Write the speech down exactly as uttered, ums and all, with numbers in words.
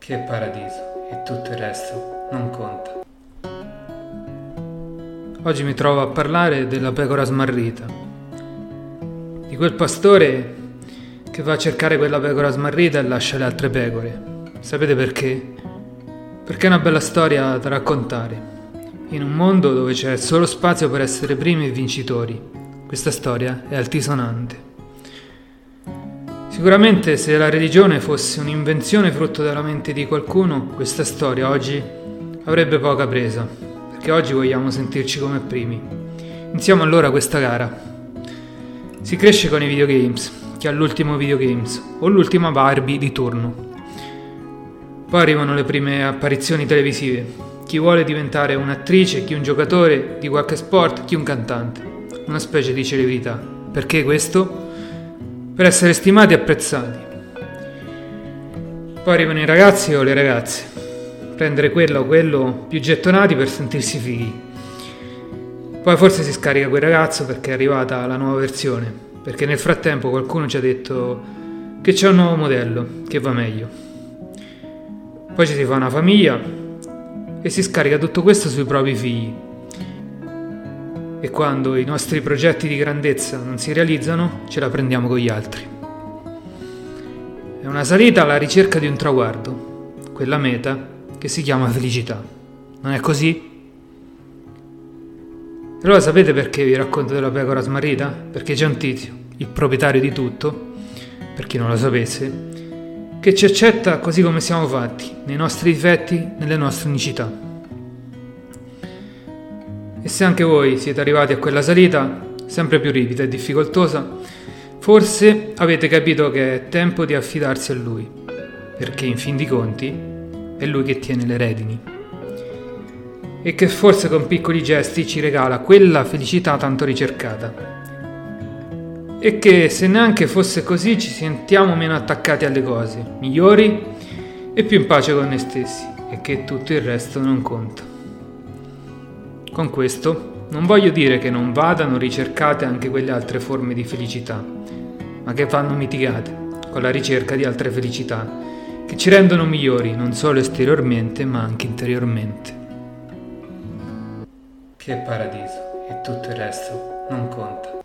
Che paradiso e tutto il resto non conta. Oggi mi trovo a parlare della pecora smarrita, di quel pastore che va a cercare quella pecora smarrita e lascia le altre pecore. Sapete perché? Perché è una bella storia da raccontare, in un mondo dove c'è solo spazio per essere primi e vincitori. Questa storia è altisonante. Sicuramente se la religione fosse un'invenzione frutto della mente di qualcuno, questa storia oggi avrebbe poca presa, perché oggi vogliamo sentirci come primi. Iniziamo allora questa gara. Si cresce con i videogames, chi ha l'ultimo videogames o l'ultima Barbie di turno. Poi arrivano le prime apparizioni televisive, chi vuole diventare un'attrice, chi un giocatore di qualche sport, chi un cantante, una specie di celebrità. Perché questo? Per essere stimati e apprezzati. Poi arrivano i ragazzi o le ragazze, prendere quello o quello più gettonati per sentirsi fighi. Poi forse si scarica quel ragazzo perché è arrivata la nuova versione, perché nel frattempo qualcuno ci ha detto che c'è un nuovo modello che va meglio. Poi ci si fa una famiglia e si scarica tutto questo sui propri figli. E quando i nostri progetti di grandezza non si realizzano, ce la prendiamo con gli altri. È una salita alla ricerca di un traguardo, quella meta che si chiama felicità. Non è così? Allora sapete perché vi racconto della pecora smarrita? Perché c'è un tizio, il proprietario di tutto, per chi non lo sapesse, che ci accetta così come siamo fatti, nei nostri difetti, nelle nostre unicità. E se anche voi siete arrivati a quella salita, sempre più ripida e difficoltosa, forse avete capito che è tempo di affidarsi a Lui, perché in fin di conti è Lui che tiene le redini. E che forse con piccoli gesti ci regala quella felicità tanto ricercata. E che se neanche fosse così ci sentiamo meno attaccati alle cose, migliori e più in pace con noi stessi, e che tutto il resto non conta. Con questo non voglio dire che non vadano ricercate anche quelle altre forme di felicità, ma che vanno mitigate con la ricerca di altre felicità che ci rendono migliori non solo esteriormente ma anche interiormente. Che paradiso e tutto il resto non conta.